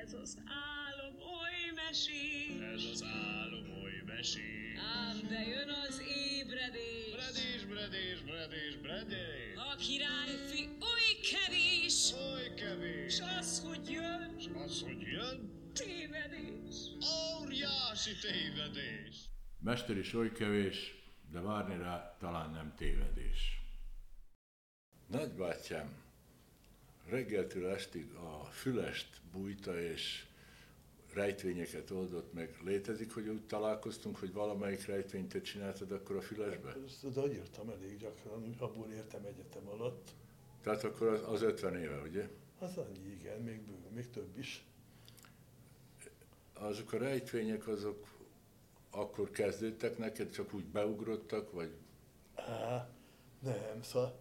Ez az álom oly mesés. Ez az álom oly mesés. Ám de jön az ébredés. Bredés, bredés, bredés, bredés. A királyfi oly kevés. Oly kevés. S az, hogy jön, S az, hogy jön, tévedés. óriási tévedés. Mester is oly kevés, de várni rá talán nem tévedés. Nagybátyám reggeltől estig a fülest bújta és rejtvényeket oldott meg. Létezik, hogy úgy találkoztunk, hogy valamelyik rejtvényt te csináltad akkor a fülesbe? De írtam elég gyakran, abból értem egyetem alatt. Tehát akkor az 50 éve, ugye? Az annyi, igen, még több is. Azok a rejtvények, azok akkor kezdődtek neked, csak úgy beugrottak, vagy? Nem, szóval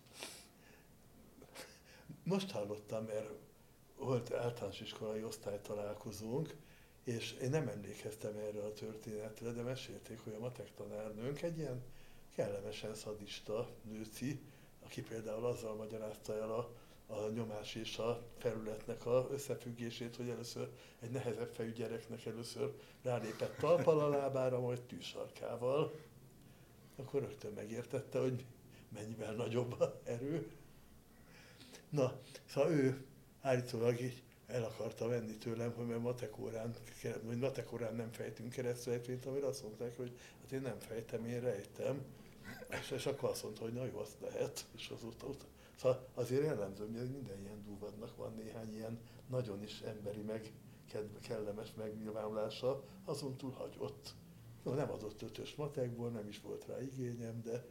most hallottam, mert volt általános iskolai osztálytalálkozónk, és én nem emlékeztem erre a történetre, de mesélték, hogy a matek tanárnőnk egy ilyen kellemesen szadista nőci, aki például azzal magyarázta el a nyomás és a felületnek az összefüggését, hogy először egy nehezebb fejű gyereknek először rálépett talpal a lábára, majd tűsarkával. Akkor rögtön megértette, hogy mennyivel nagyobb az erő. Na, szóval ő állítólag így el akarta venni tőlem, hogy mert matek órán nem fejtünk keresztrejtvényt, amire azt mondták, hogy hát én nem fejtem, én rejtem. És akkor azt mondta, hogy na jó, azt lehet, és azóta. Szóval azért jellemző, hogy minden ilyen dúvadnak van néhány ilyen nagyon is emberi, kellemes megnyilvánulása, azon túl hagyott. No, nem adott 5-ös matekból, nem is volt rá igényem, de...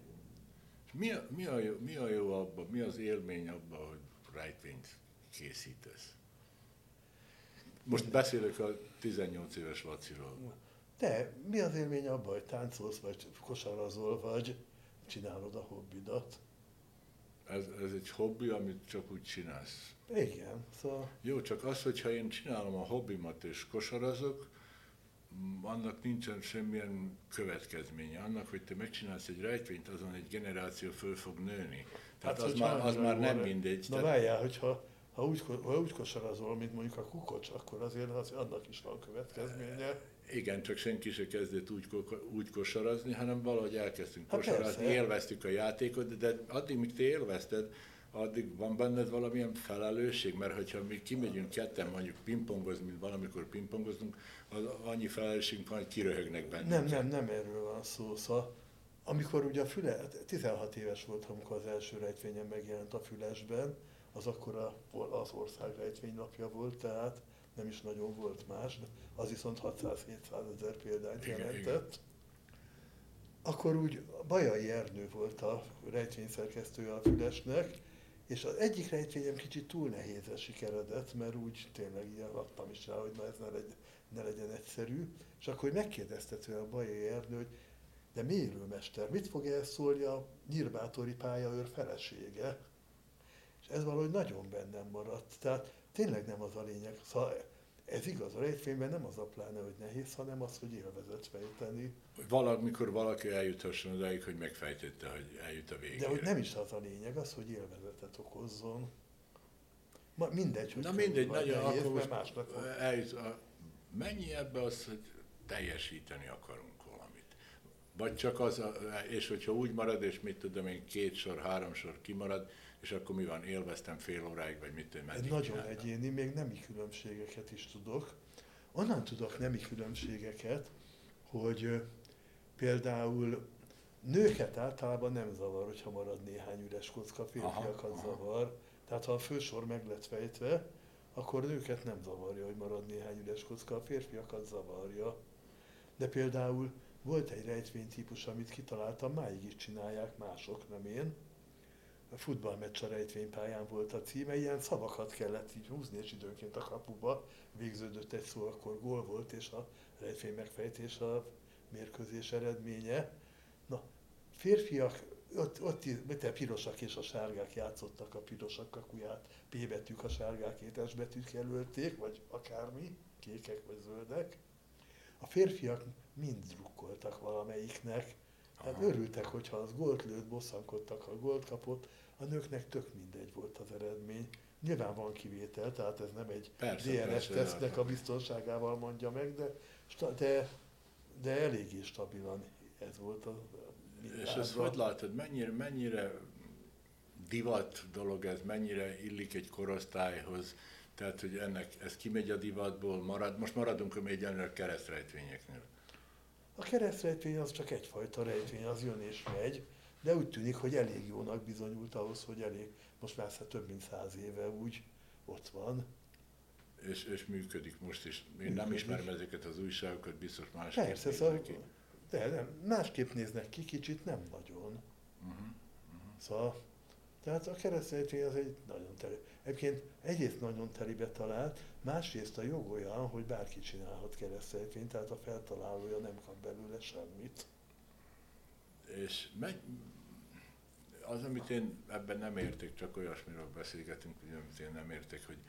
Mi a jó abban, mi az élmény abban, hogy rejtvényt készítesz? Most beszélek a 18 éves Laciról. De mi az élmény abban, hogy táncolsz, vagy kosarazol, vagy csinálod a hobbidat? Ez egy hobbi, amit csak úgy csinálsz. Igen, szóval... Jó, csak az, hogyha én csinálom a hobbimat és kosarazok, annak nincsen semmilyen következménye. Annak, hogy te megcsinálsz egy rejtvényt, azon egy generáció föl fog nőni. Tehát az már nem mindegy. Na várjál, hogyha úgy kosarazol, mint mondjuk a kukocs, akkor azért annak is van következménye. Igen, csak senki se kezdett úgy kosarazni, hanem valahogy elkezdtünk kosarazni, élveztük a játékot, de addig, míg te élvezted, addig van benned valamilyen felelősség, mert hogyha mi kimegyünk ketten mondjuk pingpongozni, mint valamikor pingpongozunk, az annyi felelősségünk van, hogy kiröhögnek bennünket. Nem erről van szó. Szóval, amikor ugye 16 éves voltam, amikor az első rejtvényem megjelent a Fülesben, az akkor az ország rejtvénynapja volt, tehát nem is nagyon volt más, de az viszont 600-700 ezer példányt jelentett. Akkor úgy Bajai Ernő volt a rejtvényszerkesztője a Fülesnek, és az egyik rejtvényem kicsit túl nehézre sikeredett, mert úgy tényleg ilyen adtam is rá, hogy na ez ne legyen egyszerű. És akkor megkérdezte tőle a Bajai Ernő, hogy de mérőmester, mit fog elszólni a Nyírbátori pályaőr felesége? És ez valahogy nagyon bennem maradt. Tehát tényleg nem az a lényeg. Szóval ez igaz, a rejtvényben nem az a pláne, hogy nehéz, hanem az, hogy élvezet fejteni. Valamikor valaki eljuthasson odáig, hogy megfejtette, hogy eljut a végére. De hogy nem is az a lényeg, az, hogy élvezetet okozzon. Mindegy, hogy nagyon nehéz, akkor mert másnak mennyi ebbe az, hogy teljesíteni akarunk valamit? Vagy csak az, és hogyha úgy marad, és mit tudom én, 2 sor, 3 sor kimarad, és akkor mi van, élveztem fél óráig, vagy mit tudom, meddig nagyon csináltam. Egyéni, még nemi különbségeket is tudok. Onnan tudok nemi különbségeket, hogy például nőket általában nem zavar, hogyha marad néhány üres kocka, férfiakat zavar. Tehát ha a fősor meg lett fejtve, akkor nőket nem zavarja, hogy marad néhány üres kocka, a férfiakat zavarja. De például volt egy rejtvénytípus, amit kitaláltam, máig is csinálják mások, nem én. A futballmeccs a rejtvénypályán volt a címe, ilyen szavakat kellett így húzni, és időnként a kapuba végződött egy szó, akkor gól volt, és a rejtvény megfejtés a mérkőzés eredménye. Na, férfiak, ott a pirosak és a sárgák játszottak, a pirosak kakuját, P betűk, a sárgákét S betűt jelölték, vagy akármi, kékek vagy zöldek. A férfiak mind drukkoltak valamelyiknek, hát örültek, hogyha az gólt lőtt, bosszankodtak, ha gólt kapott, a nőknek tök mindegy volt az eredmény. Nyilván van kivétel, tehát ez nem egy Persze, DNS persze, tesztnek de- a biztonságával mondja meg, de eléggé stabilan ez volt a És ezt hogy látod, mennyire divat dolog ez, mennyire illik egy korosztályhoz, tehát hogy ez kimegy a divatból, most maradunk még a keresztrejtvényeknél. A keresztrejtvény az csak egyfajta rejtvény, az jön és megy, de úgy tűnik, hogy elég jónak bizonyult ahhoz, hogy most már több mint 100 éve úgy ott van. És működik most is. Én nem Működik. ismerem ezeket az újságokat, biztos másképp Persze, néznek szóval, ki. de nem, másképp néznek ki, kicsit nem nagyon. Szóval, tehát a keresztrejtvény az egy nagyon teli. Egyébként egyrészt nagyon telibe talált, másrészt a jog olyan, hogy bárki csinálhat keresztrejtvényt, tehát a feltalálója nem kap belőle semmit. És az, amit én ebben nem értek, csak olyasmiről beszélgetünk, ugye, amit én nem értek, hogy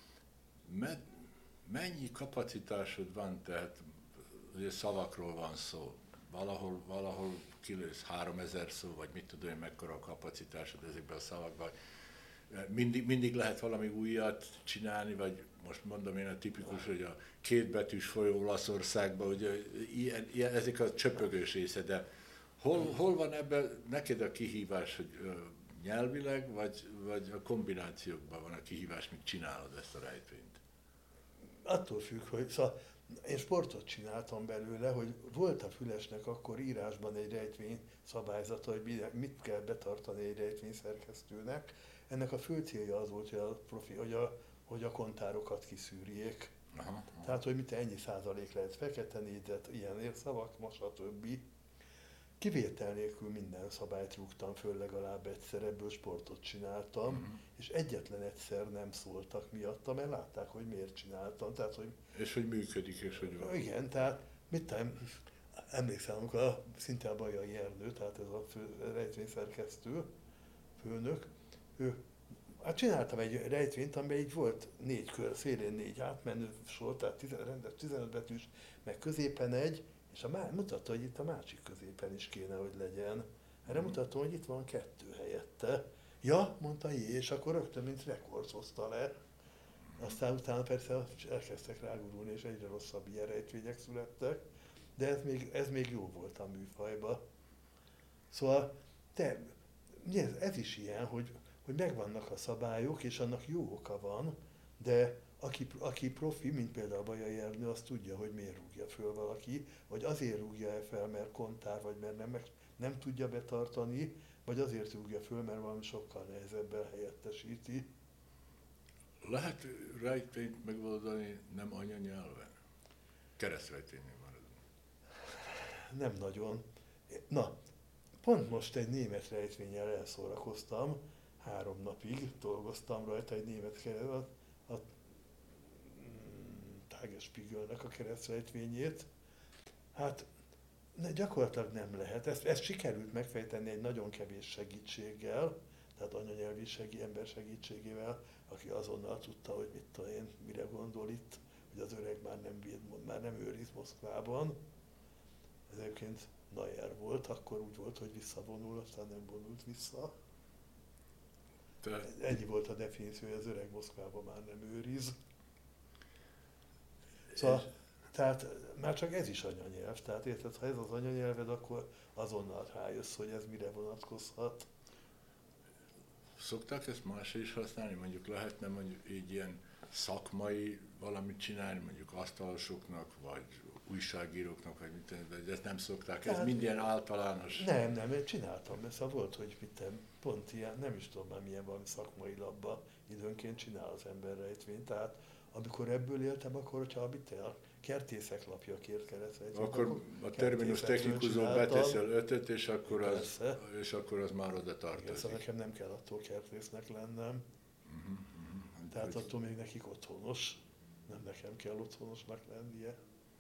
mennyi kapacitásod van, tehát ugye szavakról van szó, valahol kilősz 3000 szó, vagy mit tudom én, mekkora a kapacitásod ezekben a szavakban. Mindig lehet valami újat csinálni, vagy most mondom én a tipikus, hogy a kétbetűs folyó Olaszországban, ugye ezek a csöpögős része, de hol van ebben neked a kihívás, hogy nyelvileg, vagy a kombinációkban van a kihívás, míg csinálod ezt a rejtvényt? Attól függ, hogy szóval én sportot csináltam belőle, hogy volt a Fülesnek akkor írásban egy rejtvény szabályzata, hogy mit kell betartani egy rejtvényszerkesztőnek. Ennek a fő célja az volt, hogy a kontárokat kiszűrjék. Aha. Tehát, hogy ennyi százalék lehet fekete négyzet, ilyen érszavak, most a többi. Kivétel nélkül minden szabályt rúgtam föl legalább egyszer, ebből sportot csináltam, és egyetlen egyszer nem szóltak miatta, mert látták, hogy miért csináltam. Tehát, hogy És hogy működik, és hogy van. igen, tehát emlékszem, amikor szinte a Bajai Ernő, tehát ez a rejtvényszerkesztő, főnök, hát csináltam egy rejtvényt, amiben így volt 4 kör, szélén 4 átmenő sor, tehát rendes 15 betűs, meg középen egy, és mutatta, hogy itt a másik középen is kéne, hogy legyen. Erre mutatom, hogy itt van 2 helyette. Ja, mondta jé, és akkor rögtön, mint rekord hozta le. Aztán utána persze elkezdtek rágurulni, és egyre rosszabb ilyen rejtvények születtek, de ez még jó volt a műfajban. Szóval, ez is ilyen, hogy megvannak a szabályok, és annak jó oka van, de aki profi, mint például Bajai Ernő, az tudja, hogy miért rúgja föl valaki, vagy azért rúgja fel, mert kontár, vagy mert nem tudja betartani, vagy azért rúgja föl, mert valami sokkal nehezebben helyettesíti. Lehet rejtvényt megoldani nem anyanyelven? Keresztrejtvénynél maradunk. Nem nagyon. Na, pont most egy német rejtvényel elszórakoztam, 3 napig dolgoztam rajta, egy német a Tagesspiegelnek a keresztrejtvényét. Hát gyakorlatilag nem lehet. Ezt sikerült megfejteni egy nagyon kevés segítséggel, tehát anyanyelvi ember segítségével, aki azonnal tudta, hogy mit tudom én, mire gondol itt, hogy az öreg már nem őriz Moszkvában. Ez egyébként Nayer volt, akkor úgy volt, hogy visszavonul, aztán nem vonult vissza. Ennyi volt a definíció, hogy az öreg Moszkvában már nem őriz. Szóval, tehát már csak ez is anyanyelv, tehát érted, ha ez az anyanyelved, akkor azonnal rájössz, hogy ez mire vonatkozhat. Szokták ezt másra is használni? Mondjuk lehetne mondjuk így ilyen szakmai valamit csinálni, mondjuk asztalosoknak, vagy újságíróknak, vagy mit, de ezt nem szokták, ez mind ilyen általános. Nem, én csináltam, mert szóval volt, hogy pont ilyen, nem is tudom már milyen valami szakmai labba időnként csinál az ember rejtvényt, tehát amikor ebből éltem, akkor hogyha a kertészek lapjakért keresztrejtvényt, akkor a terminus technikusról beteszel 5-öt, és akkor az már oda tartozik. Szóval nekem nem kell attól kertésznek lennem. Tehát attól még nekik otthonos. Nem nekem kell otthonosnak lennie.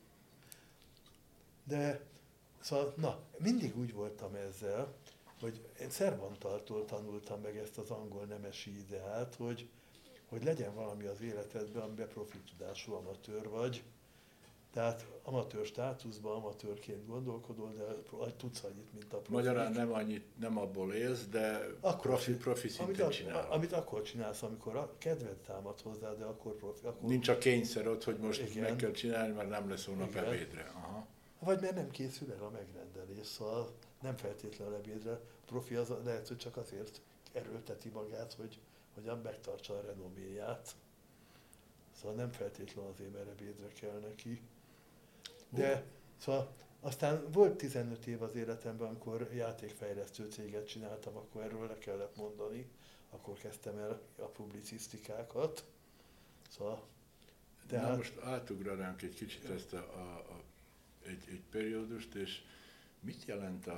De szóval, mindig úgy voltam ezzel, hogy én Cervantaltól tanultam meg ezt az angol nemesi ideát, hogy legyen valami az életedben, amiben profi tudású amatőr vagy. Tehát amatőr státuszban, amatőrként gondolkodol, de tudsz annyit, mint a profi. Magyarán nem abból élsz, de profi szinten csinálod. Amit akkor csinálsz, amikor a kedved támad hozzá, de akkor profi. Akkor... Nincs a kényszer ott, hogy most Igen. meg kell csinálni, mert nem lesz holnap Igen. ebédre. Aha. Vagy mert nem készül el a megrendelés, szóval nem feltétlenül ebédre. Profi az lehet, hogy csak azért erőlteti magát, hogy megtartsa a renoméját. Szóval nem feltétlenül azért, mert ebédre kell neki. De szóval aztán volt 15 év az életemben, amikor játékfejlesztő céget csináltam, akkor erről le kellett mondani. Akkor kezdtem el a publicisztikákat. Szóval, Na most átugranánk egy kicsit ezt egy periódust, és mit jelent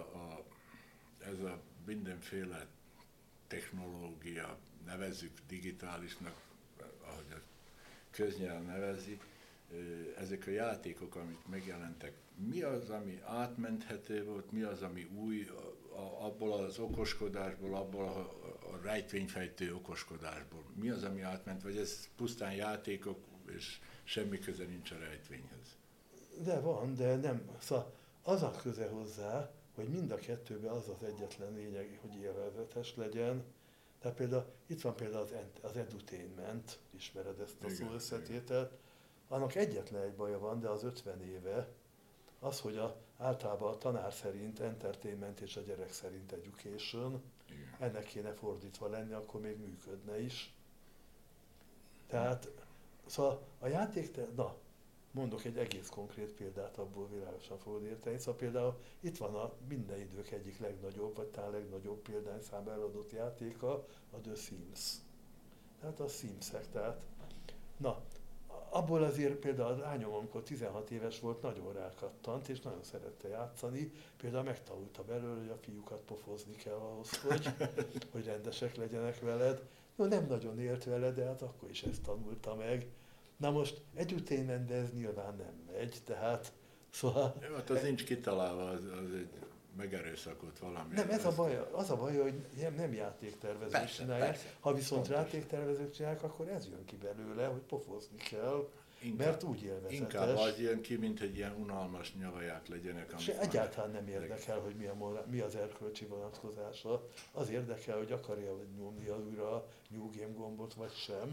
ez a mindenféle technológia, nevezzük digitálisnak, ahogy a köznyelv nevezi, ezek a játékok, amik megjelentek, mi az, ami átmenthető volt, mi az, ami új, abból az okoskodásból, abból a rejtvényfejtő okoskodásból, mi az, ami átment, vagy ez pusztán játékok, és semmi köze nincs a rejtvényhez? De van, de nem. Szóval az a köze hozzá, hogy mind a kettőben az az egyetlen lényeg, hogy élvezetes legyen. Tehát például, itt van például az edutainment, ismered ezt a szó összetételt, annak egyetlen egy baja van, de az 50 éve, az, hogy általában a tanár szerint entertainment és a gyerek szerint education, igen. Ennek kéne fordítva lenni, akkor még működne is. Tehát, szóval a játék, mondok egy egész konkrét példát, abból világosan fogod érteni. Szóval például itt van a minden idők egyik legnagyobb, vagy talán legnagyobb példányszámba eladott játéka, a The Sims. Tehát a Simsek, tehát abból azért például a lányom, amikor 16 éves volt, nagyon rákattant, és nagyon szerette játszani. Például megtanulta belőle, hogy a fiúkat pofozni kell ahhoz, hogy rendesek legyenek veled. Jó, nem nagyon élt vele, de hát akkor is ezt tanulta meg. Na most edutainment, de ez nyilván nem megy, tehát szóval... Jó, hát az nincs kitalálva, az egy megerőszakolt valami. Nem, az a baj, hogy nem játéktervezők csinálják. Persze. Ha viszont játéktervezők csinálják, akkor ez jön ki belőle, hogy pofozni kell, mert úgy élvezetes. Inkább az jön ki, mint egy ilyen unalmas nyavaják legyenek. És egyáltalán nem érdekel, hogy mi az erkölcsi vonatkozása. Az érdekel, hogy akarja nyomni újra a New Game gombot, vagy sem.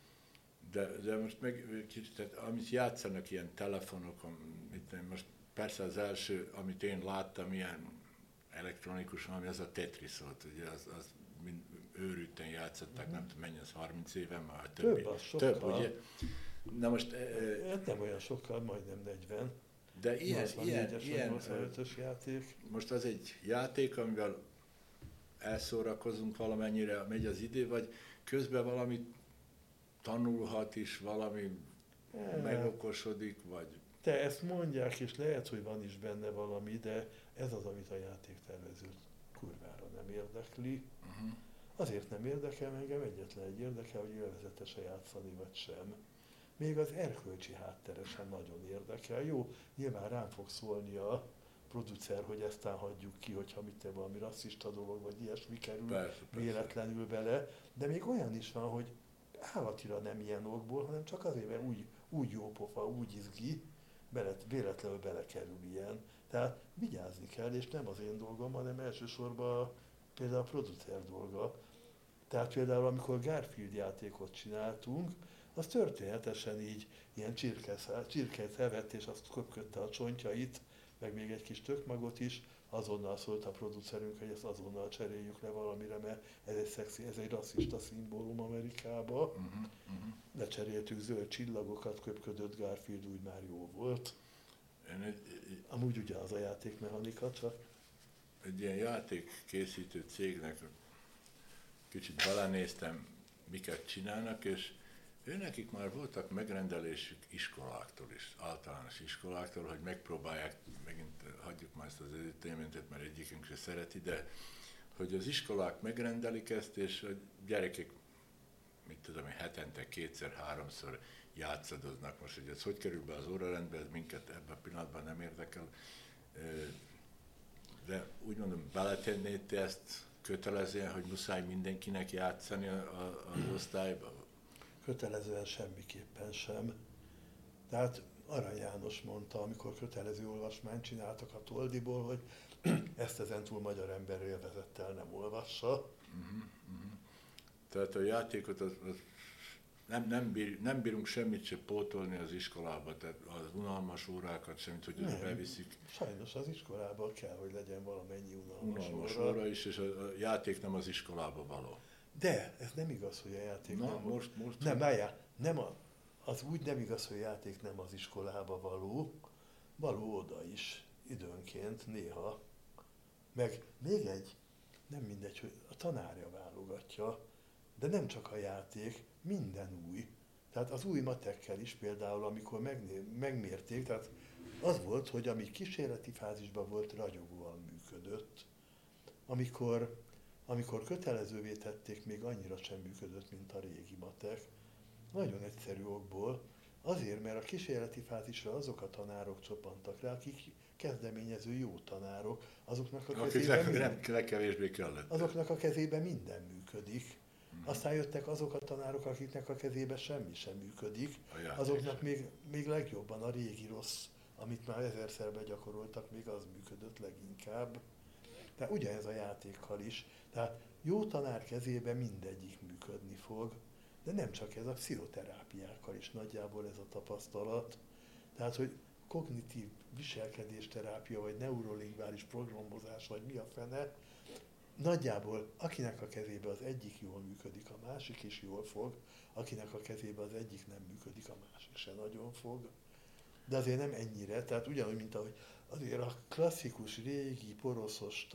De most meg kicsit, amit játszanak ilyen telefonokon, most persze az első, amit én láttam ilyen elektronikusan, ami az a Tetris volt, ugye az mind őrülten játszották, nem tudom mennyi az, 30 éven már, több, ugye? Na most... nem olyan sokkal, majdnem 40. De ilyen 85-ös játék. Most az egy játék, amivel elszórakozunk valamennyire, megy az idő, vagy közben valamit tanulhat is, valami megokosodik, vagy... Te ezt mondják, és lehet, hogy van is benne valami, de ez az, amit a játéktervező kurvára nem érdekli. Uh-huh. Azért nem érdekel, engem egyetlen egy érdekel, hogy élvezetes-e játszani, vagy sem. Még az erkölcsi háttere sem nagyon érdekel. Jó, nyilván rám fog szólni a producer, hogy eztán hagyjuk ki, hogyha valami rasszista dolog, vagy ilyesmi kerül véletlenül bele, de még olyan is van, hogy állatira nem ilyen okból, hanem csak azért, mert úgy jó pofa, úgy izgi, véletlenül belekerül ilyen. Tehát vigyázni kell, és nem az én dolgom, hanem elsősorban például a producer dolga. Tehát például amikor Garfield játékot csináltunk, az történetesen így ilyen csirkét evett, és azt köpködte a csontjait, meg még egy kis tökmagot is, azonnal szólt a producerünk, hogy ezt azonnal cseréljük le valamire, mert ez egy rasszista szimbólum Amerikába. Lecseréltük zöld csillagokat, köpködött Garfield, úgy már jó volt. Amúgy ugyanaz a játékmechanika, csak... Egy ilyen játékkészítő cégnek kicsit belenéztem, miket csinálnak, és őnekik már voltak megrendelésük iskoláktól is, általános iskoláktól, hogy megpróbálják, megint hagyjuk már ezt az edutainmentet, mert egyikünk se szereti, de hogy az iskolák megrendelik ezt, és a gyerekek, mit tudom, hetente kétszer-háromszor játszadoznak. Most, hogy ez hogy kerül be az órarendbe, ez minket ebben a pillanatban nem érdekel. De úgy mondom, beletennéd te ezt kötelezően, hogy muszáj mindenkinek játszani az osztályba? Kötelezően semmiképpen sem. Tehát Arany János mondta, amikor kötelező olvasmányt csináltak a Toldiból, hogy ezt ezentúl magyar ember élvezettel nem olvassa. Tehát a játékot nem bírunk semmit se pótolni az iskolába, tehát az unalmas órákat semmit, hogy oda beviszik. Sajnos az iskolában kell, hogy legyen valamennyi Unalmas óra is, és a játék nem az iskolába való. De ez nem igaz, hogy a játék Na, nem... most. Nem, várjál, az úgy nem igaz, hogy a játék nem az iskolába való oda is, időnként, néha. Meg még nem mindegy, hogy a tanárja válogatja, de nem csak a játék, minden új. Tehát az új matekkel is például, amikor megmérték, tehát az volt, hogy ami kísérleti fázisban volt, ragyogóan működött. Amikor kötelezővé tették, még annyira sem működött, mint a régi matek. Nagyon egyszerű okból. Azért, mert a kísérleti fázisra azok a tanárok csopantak rá, akik kezdeményező jó tanárok, azoknak a kevésbé kellett. Azoknak a kezében minden működik. Aztán jöttek azok a tanárok, akiknek a kezében semmi sem működik. Azoknak még legjobban a régi rossz, amit már ezerszer begyakoroltak, még az működött leginkább. Tehát ugyanez a játékkal is. Tehát jó tanár kezében mindegyik működni fog, de nem csak ez, a pszichoterápiákkal is nagyjából ez a tapasztalat. Tehát, hogy kognitív viselkedésterápia, vagy neurolingvális programozás, vagy mi a fene, nagyjából akinek a kezében az egyik jól működik, a másik is jól fog, akinek a kezében az egyik nem működik, a másik se nagyon fog. De azért nem ennyire, tehát ugyanúgy, mint ahogy azért a klasszikus, régi, poroszos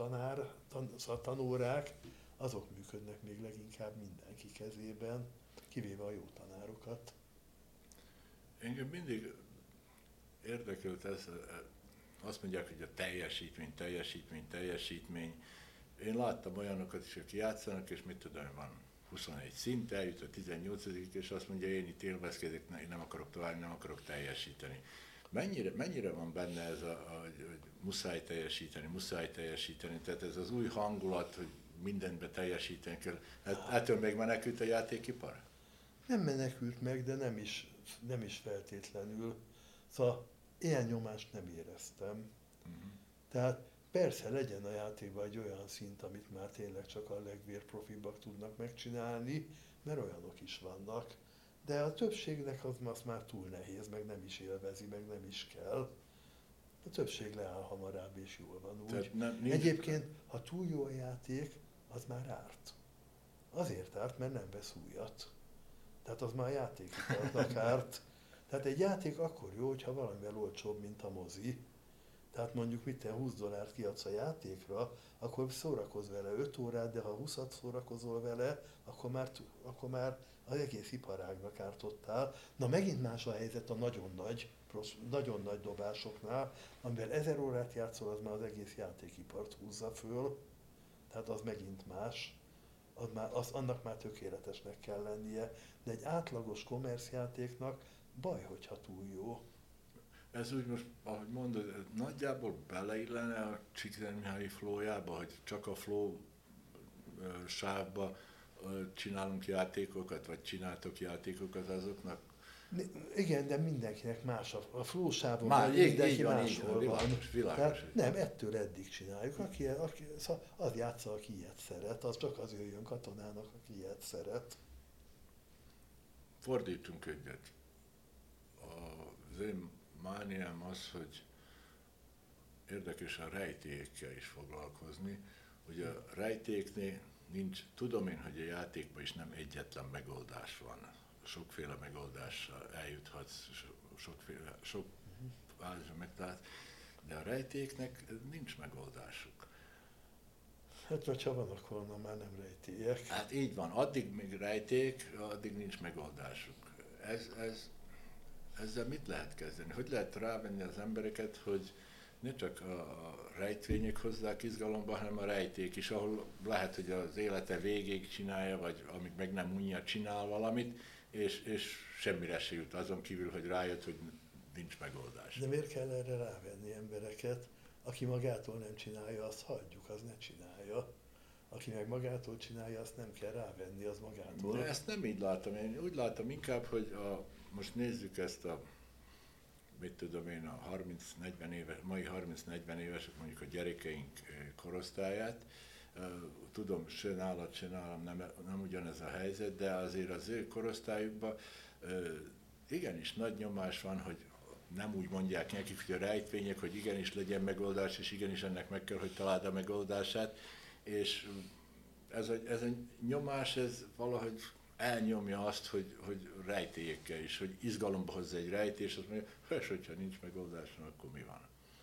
tanórák, azok működnek még leginkább mindenki kezében, kivéve a jó tanárokat. Engem mindig érdekelt ez, azt mondják, hogy a teljesítmény. Én láttam olyanokat is, akik játszanak, és mit tudom, van 21 szint, eljut a 18. és azt mondja, én itt élvezkedek, én nem akarok tovább, nem akarok teljesíteni. Mennyire van benne ez hogy muszáj teljesíteni, tehát ez az új hangulat, hogy mindenbe teljesíteni kell. Hát ettől még menekült a játékipar? Nem menekült meg, de nem is feltétlenül. Szóval ilyen nyomást nem éreztem. Tehát persze legyen a játékban egy olyan szint, amit már tényleg csak a legvérprofibbak tudnak megcsinálni, mert olyanok is vannak. De a többségnek az már túl nehéz, meg nem is élvezi, meg nem is kell. A többség leáll hamarabb és jól van úgy. Egyébként, ha túl jó a játék, az már árt. Azért árt, mert nem vesz újat. Tehát az már a játékiparnak árt. Tehát egy játék akkor jó, hogyha valamivel olcsóbb, mint a mozi. Tehát mondjuk $20 kiadsz a játékra, akkor szórakozz vele 5 órát, de ha 20-at szórakozol vele, akkor már az egész iparágnak ártottál. Na megint más a helyzet a nagyon nagy dobásoknál, amivel 1000 órát játszol, az már az egész játékipart húzza föl, tehát az megint más. Annak már tökéletesnek kell lennie, de egy átlagos kommerszjátéknak baj, hogyha túl jó. Ez úgy most, ahogy mondod, nagyjából beleillene a Csíkszentmihályi flowjába, hogy csak a flow sávba csinálunk játékokat, vagy csináltok játékokat azoknak? Igen, de mindenkinek más. A flow sávon mindenki máshol van. Világos. Nem, ettől eddig csináljuk. Szóval az játsza, aki ilyet szeret, az csak az jöjjön katonának, aki ilyet szeret. Fordítsunk egyet. Az én mániám az, hogy érdekes a rejtélyekkel is foglalkozni, hogy a rejtélyeknél tudom én, hogy a játékban is nem egyetlen megoldás van. Sokféle megoldással eljuthatsz, sok fázisra megtalálsz, de a rejtélyeknek nincs megoldásuk. Hát, vagy ha van, akkor már nem rejtélyek. Hát így van, addig még rejték, addig nincs megoldásuk. Ezzel mit lehet kezdeni? Hogy lehet rávenni az embereket, hogy ne csak a rejtvények hozzák izgalomba, hanem a rejték is, ahol lehet, hogy az élete végéig csinálja, vagy amíg meg nem unja, csinál valamit, és semmire se jut, azon kívül, hogy rájött, hogy nincs megoldás. De miért kell erre rávenni embereket? Aki magától nem csinálja, azt hagyjuk, az ne csinálja. Aki meg magától csinálja, azt nem kell rávenni, az magától. De ezt nem így látom. Én úgy látom inkább, hogy most nézzük ezt a mit tudom én, a 30-40 éves, mai 30-40 évesek, mondjuk a gyerekeink korosztályát, tudom, se nálam nem ugyanez a helyzet, de azért az ő korosztályukban igenis nagy nyomás van, hogy nem úgy mondják nekik, hogy a rejtvények, hogy igenis legyen megoldás, és igenis ennek meg kell, hogy találd a megoldását, és ez a nyomás, ez valahogy elnyomja azt, hogy rejtélyekkel is, hogy izgalomba hozza egy rejtély, és azt mondja, hogy hogyha nincs megoldás, akkor mi van?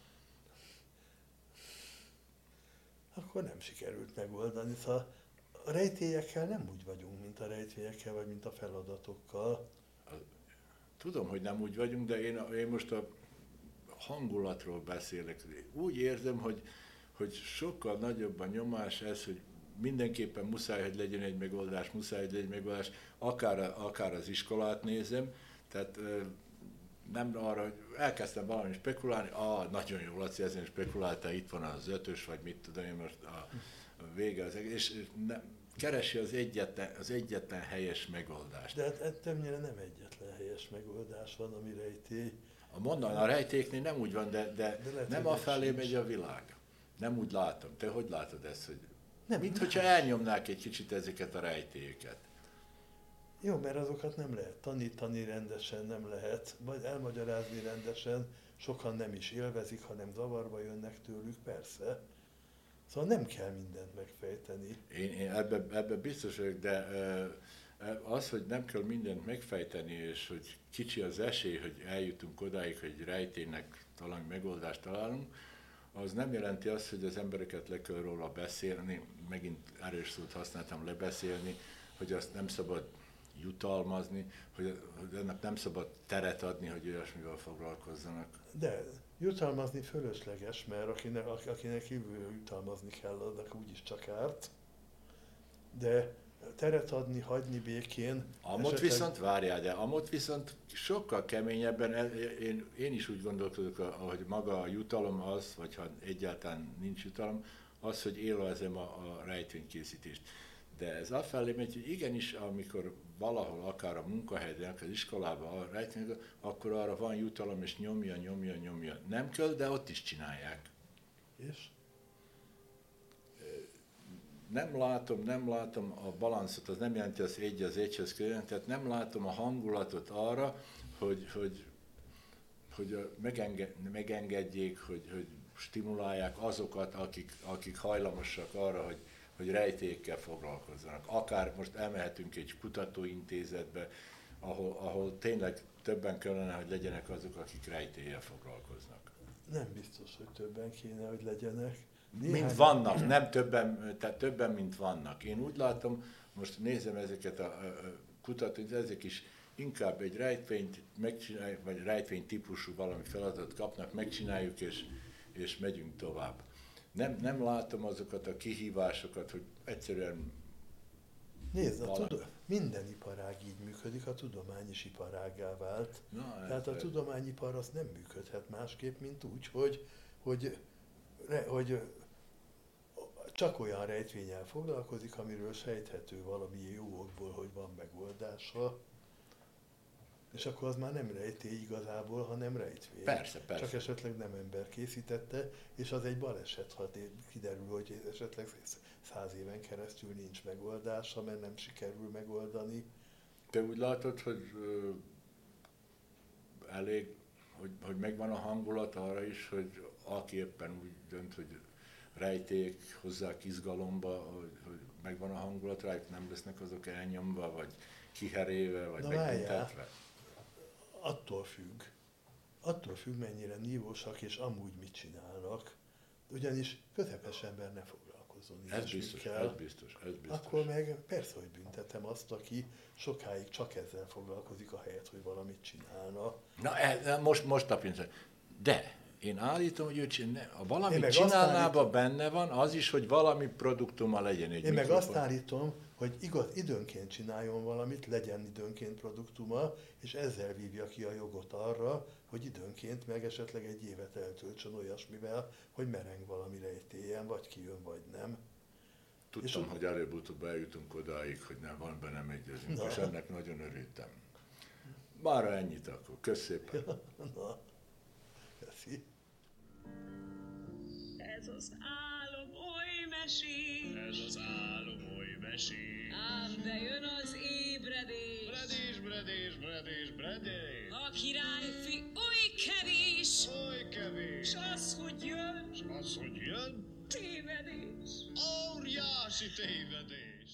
Akkor nem sikerült megoldani. Szóval a rejtélyekkel nem úgy vagyunk, mint a rejtvényekkel, vagy mint a feladatokkal. Tudom, hogy nem úgy vagyunk, de én most a hangulatról beszélek. Úgy érzem, hogy sokkal nagyobb a nyomás ez, hogy mindenképpen muszáj, hogy legyen egy megoldás, akár az iskolát nézem, tehát nem arra, hogy elkezdtem valami spekulálni, nagyon jó, Laci, ezen spekuláltál, itt van az 5-ös, vagy mit tudom én most a vége az egész, és keresi az egyetlen helyes megoldást. De hát többnyire nem egyetlen helyes megoldás van, ami rejtély. A rejtéknél nem úgy van, de nem afelé megy a világ. Nem úgy látom. Te hogy látod ezt, hogy hogyha elnyomnák egy kicsit ezeket a rejtélyeket? Jó, mert azokat nem lehet tanítani rendesen, nem lehet, vagy elmagyarázni rendesen, sokan nem is élvezik, hanem zavarba jönnek tőlük, persze. Szóval nem kell mindent megfejteni. Én ebbe biztos vagyok, de az, hogy nem kell mindent megfejteni, és hogy kicsi az esély, hogy eljutunk odáig, hogy rejtélynek talán megoldást találunk, az nem jelenti azt, hogy az embereket le kell róla beszélni, megint erős szót használtam, lebeszélni, hogy azt nem szabad jutalmazni, hogy ennek nem szabad teret adni, hogy olyasmivel foglalkozzanak. De jutalmazni fölösleges, mert akinek kívül jutalmazni kell, annak úgyis csak árt. De teret adni, hagyni békén. Amott viszont, várjál, de amott viszont sokkal keményebben, én is úgy gondolkodok, hogy maga a jutalom az, vagy ha egyáltalán nincs jutalom, az, hogy élvezem a rejtvénykészítést. De ez afelé megy, hogy igenis, amikor valahol, akár a munkahelyen, az iskolában a rejtvény, akkor arra van jutalom, és nyomja. Nem kell, de ott is csinálják. És? Nem látom a balanszot, az nem jelenti az egy az egyhez külön, tehát nem látom a hangulatot arra, hogy megengedjék, hogy stimulálják azokat, akik hajlamosak arra, hogy rejtélyekkel foglalkozzanak. Akár most elmehetünk egy kutatóintézetbe, ahol tényleg többen kellene, hogy legyenek azok, akik rejtéllyel foglalkoznak. Nem biztos, hogy többen kéne, hogy legyenek. Mint vannak, nem többen, tehát többen, mint vannak. Én úgy látom, most nézem ezeket a kutatót, ezek is inkább egy rejtvényt megcsináljuk, vagy rejtvény típusú valami feladatot kapnak, megcsináljuk, és megyünk tovább. Nem látom azokat a kihívásokat, hogy egyszerűen... Nézd, minden iparág így működik, a tudomány is iparággá vált. Tehát a tudományipar az nem működhet másképp, mint úgy, hogy csak olyan rejtvénnyel foglalkozik, amiről sejthető valami jó okból, hogy van megoldása. És akkor az már nem rejtély igazából, hanem rejtvény. Persze. Csak esetleg nem ember készítette, és az egy baleset, ha kiderül, hogy esetleg 100 éven keresztül nincs megoldása, mert nem sikerül megoldani. Te úgy látod, hogy elég, hogy megvan a hangulat arra is, hogy aki éppen úgy dönt, hogy rejték, hozzák izgalomba, hogy megvan a hangulat rájuk, nem lesznek azok elnyomva, vagy kiheréve, vagy megbüntetve? Attól függ, mennyire nívósak, és amúgy mit csinálnak. Ugyanis közepes ember ne foglalkozzon Ez biztos. Akkor meg persze, hogy büntetem azt, aki sokáig csak ezzel foglalkozik, ahelyett, hogy valamit csinálna. Na, most tapintsd. De én állítom, hogy valamit csinálnában benne van, az is, hogy valami produktuma legyen egy Én meg azt állítom, hogy időnként csináljon valamit, legyen időnként produktuma, és ezzel vívja ki a jogot arra, hogy időnként meg esetleg egy évet eltöltsön olyasmivel, hogy mereng valami rejtélyen, vagy kijön, vagy nem. Tudtam, hogy előbb-utóbb eljutunk odáig, hogy valamiben nem egyezünk, és ennek nagyon örültem. Mára ennyit akkor. Kösz szépen. teszi. Ez az álom oly mesés, Ez az álom oly mesés. ám de jön az ébredés. Bredés, bredés, bredés, bredés. A királyfi oly kevés, Oly kevés. s az, hogy jön, Az, hogy jön, tévedés. óriási tévedés.